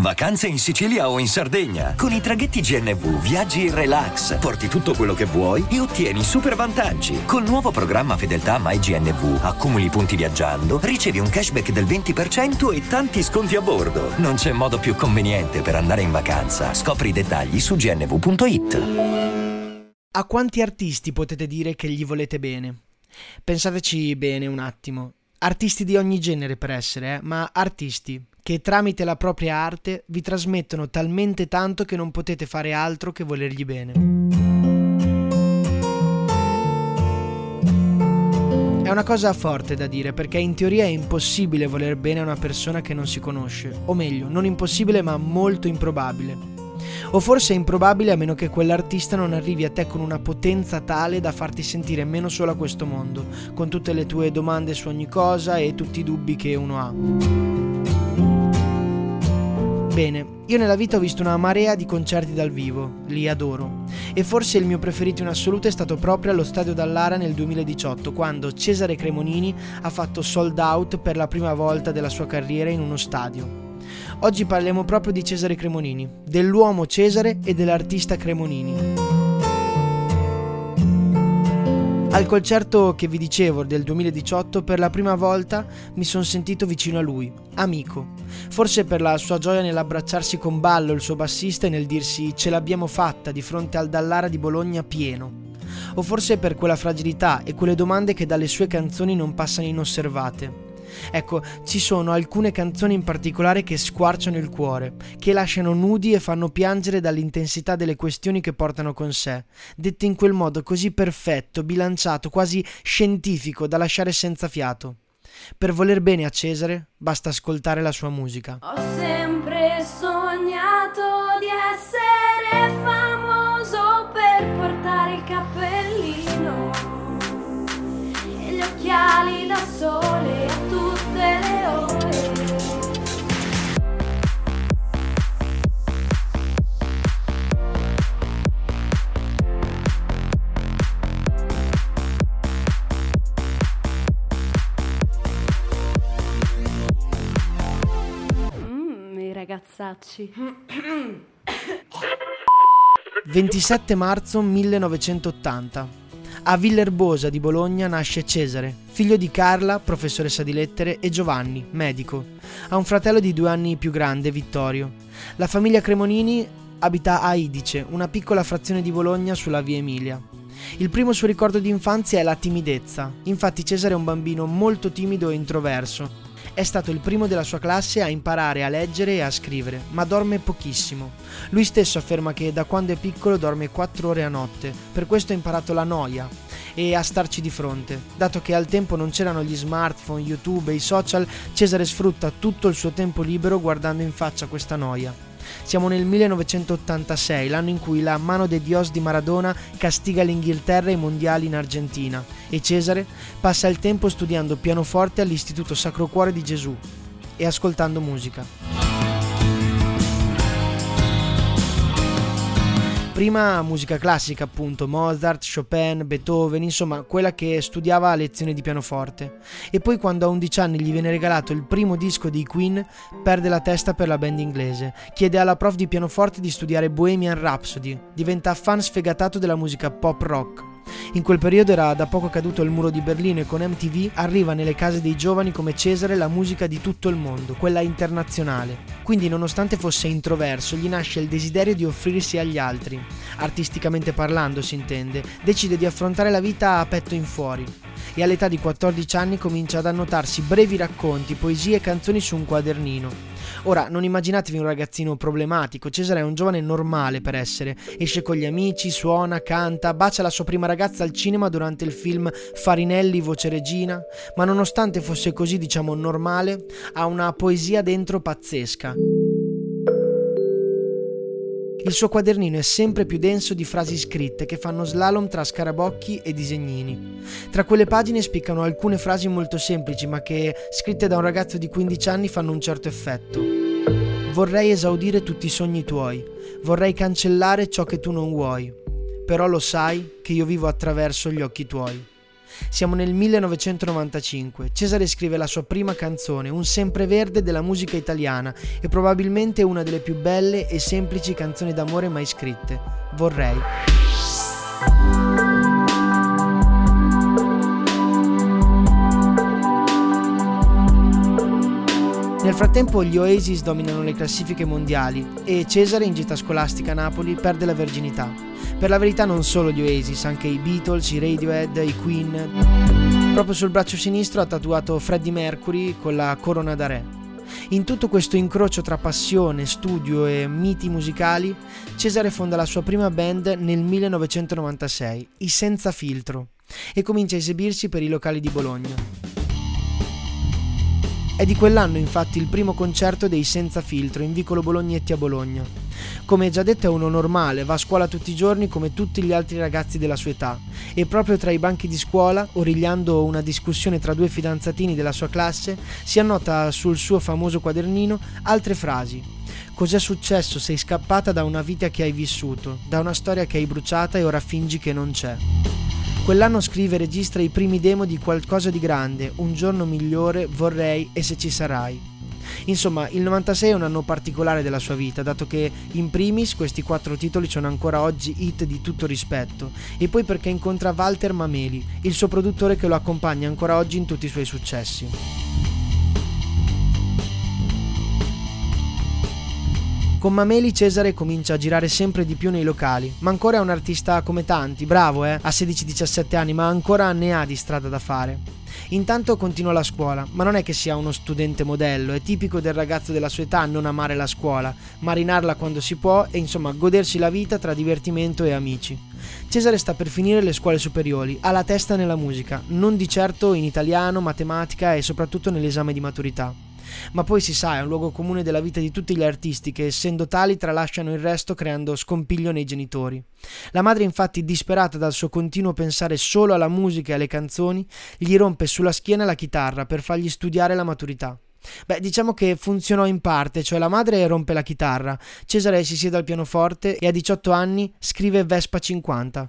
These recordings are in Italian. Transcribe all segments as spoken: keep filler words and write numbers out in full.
Vacanze in Sicilia o in Sardegna. Con i traghetti G N V viaggi in relax, porti tutto quello che vuoi e ottieni super vantaggi. Col nuovo programma Fedeltà MyGNV accumuli punti viaggiando, ricevi un cashback del venti per cento e tanti sconti a bordo. Non c'è modo più conveniente per andare in vacanza. Scopri i dettagli su g n v punto i t. A quanti artisti potete dire che gli volete bene? Pensateci bene un attimo. Artisti di ogni genere per essere, eh? ma artisti che tramite la propria arte vi trasmettono talmente tanto che non potete fare altro che volergli bene. È una cosa forte da dire, perché in teoria è impossibile voler bene a una persona che non si conosce, o meglio, non impossibile ma molto improbabile. O forse è improbabile a meno che quell'artista non arrivi a te con una potenza tale da farti sentire meno solo a questo mondo, con tutte le tue domande su ogni cosa e tutti i dubbi che uno ha. Bene, io nella vita ho visto una marea di concerti dal vivo, li adoro. E forse il mio preferito in assoluto è stato proprio allo Stadio Dallara nel duemiladiciotto, quando Cesare Cremonini ha fatto sold out per la prima volta della sua carriera in uno stadio. Oggi parliamo proprio di Cesare Cremonini, dell'uomo Cesare e dell'artista Cremonini. Al concerto che vi dicevo del duemiladiciotto, per la prima volta mi sono sentito vicino a lui, amico. Forse per la sua gioia nell'abbracciarsi con Ballo, il suo bassista, e nel dirsi "ce l'abbiamo fatta" di fronte al Dallara di Bologna pieno. O forse per quella fragilità e quelle domande che dalle sue canzoni non passano inosservate. Ecco, ci sono alcune canzoni in particolare che squarciano il cuore, che lasciano nudi e fanno piangere dall'intensità delle questioni che portano con sé, dette in quel modo così perfetto, bilanciato, quasi scientifico, da lasciare senza fiato. Per voler bene a Cesare basta ascoltare la sua musica. Ho sempre sognato di essere famoso per portare il cappellino e gli occhiali da sole a tutte le ore. Mmm, i ragazzacci. ventisette marzo millenovecentottanta. A Villerbosa di Bologna nasce Cesare, figlio di Carla, professoressa di lettere, e Giovanni, medico. Ha un fratello di due anni più grande, Vittorio. La famiglia Cremonini abita a Idice, una piccola frazione di Bologna sulla via Emilia. Il primo suo ricordo di infanzia è la timidezza. Infatti Cesare è un bambino molto timido e introverso. È stato il primo della sua classe a imparare a leggere e a scrivere, ma dorme pochissimo. Lui stesso afferma che da quando è piccolo dorme quattro ore a notte, per questo ha imparato la noia e a starci di fronte. Dato che al tempo non c'erano gli smartphone, YouTube e i social, Cesare sfrutta tutto il suo tempo libero guardando in faccia questa noia. Siamo nel millenovecentottantasei, l'anno in cui la Mano de Dios di Maradona castiga l'Inghilterra ai mondiali in Argentina, e Cesare passa il tempo studiando pianoforte all'Istituto Sacro Cuore di Gesù e ascoltando musica. Prima musica classica, appunto, Mozart, Chopin, Beethoven, insomma quella che studiava a lezioni di pianoforte. E poi quando a undici anni gli viene regalato il primo disco dei Queen, perde la testa per la band inglese. Chiede alla prof di pianoforte di studiare Bohemian Rhapsody, diventa fan sfegatato della musica pop rock. In quel periodo era da poco caduto il muro di Berlino e con M T V arriva nelle case dei giovani come Cesare la musica di tutto il mondo, quella internazionale. Quindi nonostante fosse introverso gli nasce il desiderio di offrirsi agli altri. Artisticamente parlando si intende, decide di affrontare la vita a petto in fuori. E all'età di quattordici anni comincia ad annotarsi brevi racconti, poesie e canzoni su un quadernino. Ora, non immaginatevi un ragazzino problematico, Cesare è un giovane normale per essere, esce con gli amici, suona, canta, bacia la sua prima ragazza al cinema durante il film Farinelli, voce regina, ma nonostante fosse così, diciamo, normale, ha una poesia dentro pazzesca. Il suo quadernino è sempre più denso di frasi scritte che fanno slalom tra scarabocchi e disegnini. Tra quelle pagine spiccano alcune frasi molto semplici ma che, scritte da un ragazzo di quindici anni, fanno un certo effetto. Vorrei esaudire tutti i sogni tuoi, vorrei cancellare ciò che tu non vuoi, però lo sai che io vivo attraverso gli occhi tuoi. Siamo nel millenovecentonovantacinque. Cesare scrive la sua prima canzone, un sempreverde della musica italiana e probabilmente una delle più belle e semplici canzoni d'amore mai scritte, Vorrei. Nel frattempo gli Oasis dominano le classifiche mondiali e Cesare in gita scolastica a Napoli perde la verginità. Per la verità non solo gli Oasis, anche i Beatles, i Radiohead, i Queen. Proprio sul braccio sinistro ha tatuato Freddie Mercury con la corona da re. In tutto questo incrocio tra passione, studio e miti musicali, Cesare fonda la sua prima band nel millenovecentonovantasei, i Senza Filtro, e comincia a esibirsi per i locali di Bologna. È di quell'anno infatti il primo concerto dei Senza Filtro in vicolo Bolognetti a Bologna. Come già detto è uno normale, va a scuola tutti i giorni come tutti gli altri ragazzi della sua età e proprio tra i banchi di scuola, origliando una discussione tra due fidanzatini della sua classe, si annota sul suo famoso quadernino altre frasi. Cos'è successo? Sei scappata da una vita che hai vissuto, da una storia che hai bruciata e ora fingi che non c'è. Quell'anno scrive e registra i primi demo di Qualcosa di grande, Un giorno migliore, Vorrei e Se ci sarai. Insomma, il novantasei è un anno particolare della sua vita, dato che in primis questi quattro titoli sono ancora oggi hit di tutto rispetto, e poi perché incontra Walter Mameli, il suo produttore che lo accompagna ancora oggi in tutti i suoi successi. Con Mameli Cesare comincia a girare sempre di più nei locali, ma ancora è un artista come tanti, bravo eh, ha sedici diciassette anni, ma ancora ne ha di strada da fare. Intanto continua la scuola, ma non è che sia uno studente modello, è tipico del ragazzo della sua età non amare la scuola, marinarla quando si può e insomma godersi la vita tra divertimento e amici. Cesare sta per finire le scuole superiori, ha la testa nella musica, non di certo in italiano, matematica e soprattutto nell'esame di maturità. Ma poi si sa, è un luogo comune della vita di tutti gli artisti che, essendo tali, tralasciano il resto creando scompiglio nei genitori. La madre, infatti, disperata dal suo continuo pensare solo alla musica e alle canzoni, gli rompe sulla schiena la chitarra per fargli studiare la maturità. Beh, diciamo che funzionò in parte, cioè la madre rompe la chitarra, Cesare si siede al pianoforte e a diciotto anni scrive Vespa cinquanta.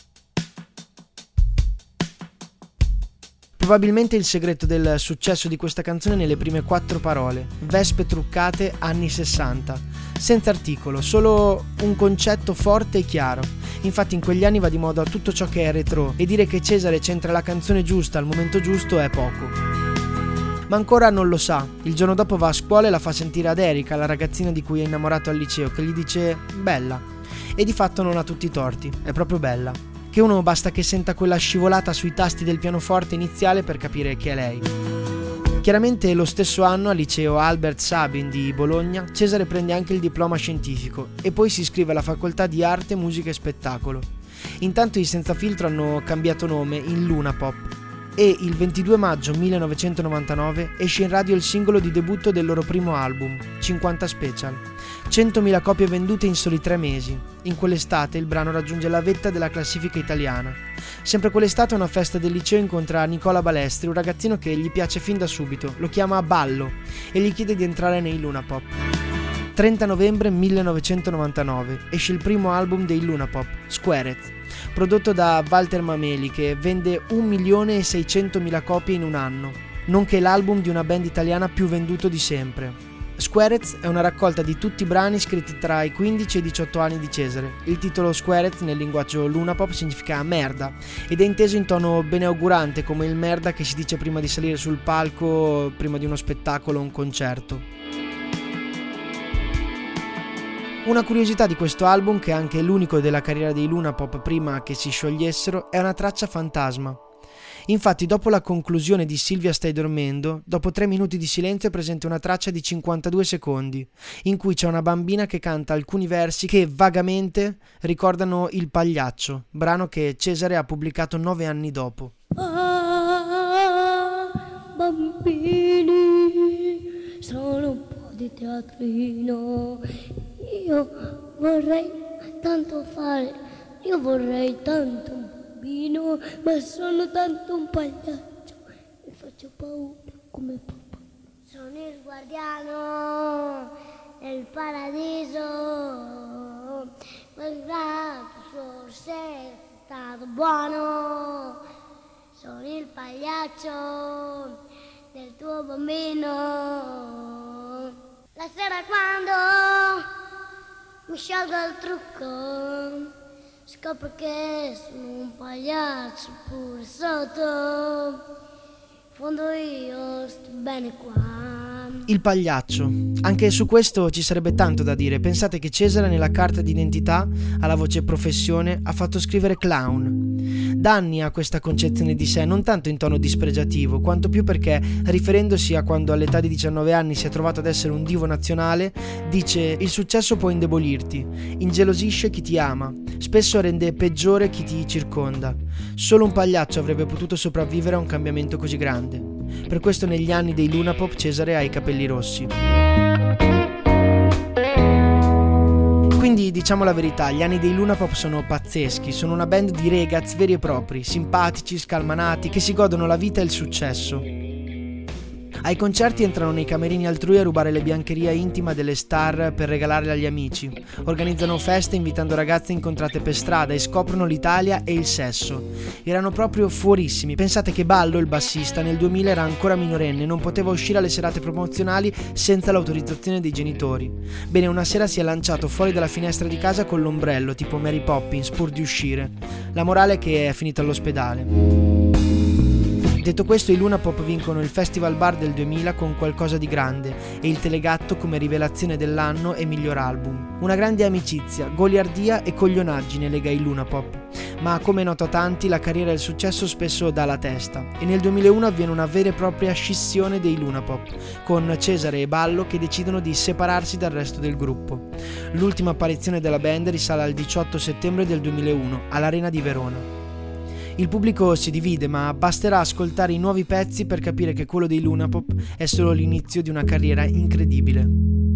Probabilmente il segreto del successo di questa canzone è nelle prime quattro parole, Vespe truccate anni sessanta, senza articolo, solo un concetto forte e chiaro. Infatti in quegli anni va di moda tutto ciò che è retro e dire che Cesare c'entra la canzone giusta al momento giusto è poco. Ma ancora non lo sa, il giorno dopo va a scuola e la fa sentire ad Erika, la ragazzina di cui è innamorato al liceo, che gli dice bella, e di fatto non ha tutti i torti, è proprio bella. Che uno basta che senta quella scivolata sui tasti del pianoforte iniziale per capire che è lei. Chiaramente lo stesso anno al liceo Albert Sabin di Bologna Cesare prende anche il diploma scientifico e poi si iscrive alla facoltà di arte, musica e spettacolo. Intanto i Senza Filtro hanno cambiato nome in Luna Pop e il ventidue maggio millenovecentonovantanove esce in radio il singolo di debutto del loro primo album, cinquanta Special. centomila copie vendute in soli tre mesi. In quell'estate il brano raggiunge la vetta della classifica italiana. Sempre quell'estate a una festa del liceo incontra Nicola Balestri, un ragazzino che gli piace fin da subito, lo chiama Ballo e gli chiede di entrare nei Luna Pop. trenta novembre millenovecentonovantanove esce il primo album dei Luna Pop, Squared, prodotto da Walter Mameli che vende un milione e seicentomila copie in un anno, nonché l'album di una band italiana più venduto di sempre. Squarez è una raccolta di tutti i brani scritti tra i quindici e i diciotto anni di Cesare. Il titolo Squarez nel linguaggio Luna Pop significa merda ed è inteso in tono beneaugurante come il merda che si dice prima di salire sul palco, prima di uno spettacolo o un concerto. Una curiosità di questo album, che è anche l'unico della carriera dei Luna Pop prima che si sciogliessero, è una traccia fantasma. Infatti dopo la conclusione di Silvia stai dormendo, dopo tre minuti di silenzio è presente una traccia di cinquantadue secondi, in cui c'è una bambina che canta alcuni versi che vagamente ricordano Il Pagliaccio, brano che Cesare ha pubblicato nove anni dopo. Ah, bambini, sono un po' di teatrino, io vorrei tanto fare, io vorrei tanto un bambino, ma sono tanto un pagliaccio, mi faccio paura come papà. Sono il guardiano del paradiso, quel grato forse è stato buono, sono il pagliaccio del tuo bambino. La sera quando mi sciolgo il trucco, scopro che sono un pagliaccio pure sotto. In fondo io sto bene qua. Il pagliaccio. Anche su questo ci sarebbe tanto da dire. Pensate che Cesare nella carta d'identità, alla voce professione, ha fatto scrivere clown. Da anni ha questa concezione di sé, non tanto in tono dispregiativo, quanto più perché, riferendosi a quando all'età di diciannove anni si è trovato ad essere un divo nazionale, dice: il successo può indebolirti, ingelosisce chi ti ama, spesso rende peggiore chi ti circonda. Solo un pagliaccio avrebbe potuto sopravvivere a un cambiamento così grande. Per questo negli anni dei Lunapop Cesare ha i capelli rossi. Quindi diciamo la verità, gli anni dei Lunapop sono pazzeschi, sono una band di ragazzi veri e propri, simpatici, scalmanati, che si godono la vita e il successo. Ai concerti entrano nei camerini altrui a rubare le biancherie intima delle star per regalarle agli amici. Organizzano feste invitando ragazze incontrate per strada e scoprono l'Italia e il sesso. Erano proprio fuorissimi. Pensate che Ballo, il bassista, nel duemila era ancora minorenne e non poteva uscire alle serate promozionali senza l'autorizzazione dei genitori. Bene, una sera si è lanciato fuori dalla finestra di casa con l'ombrello, tipo Mary Poppins, pur di uscire. La morale è che è finito all'ospedale. Detto questo, i Lunapop vincono il Festival Bar del duemila con Qualcosa di grande e il Telegatto come rivelazione dell'anno e miglior album. Una grande amicizia, goliardia e coglionaggine lega i Lunapop, ma come è noto a tanti la carriera e il successo spesso dà la testa, e nel duemilauno avviene una vera e propria scissione dei Lunapop, con Cesare e Ballo che decidono di separarsi dal resto del gruppo. L'ultima apparizione della band risale al diciotto settembre del duemilauno all'Arena di Verona. Il pubblico si divide, ma basterà ascoltare i nuovi pezzi per capire che quello dei Lunapop è solo l'inizio di una carriera incredibile.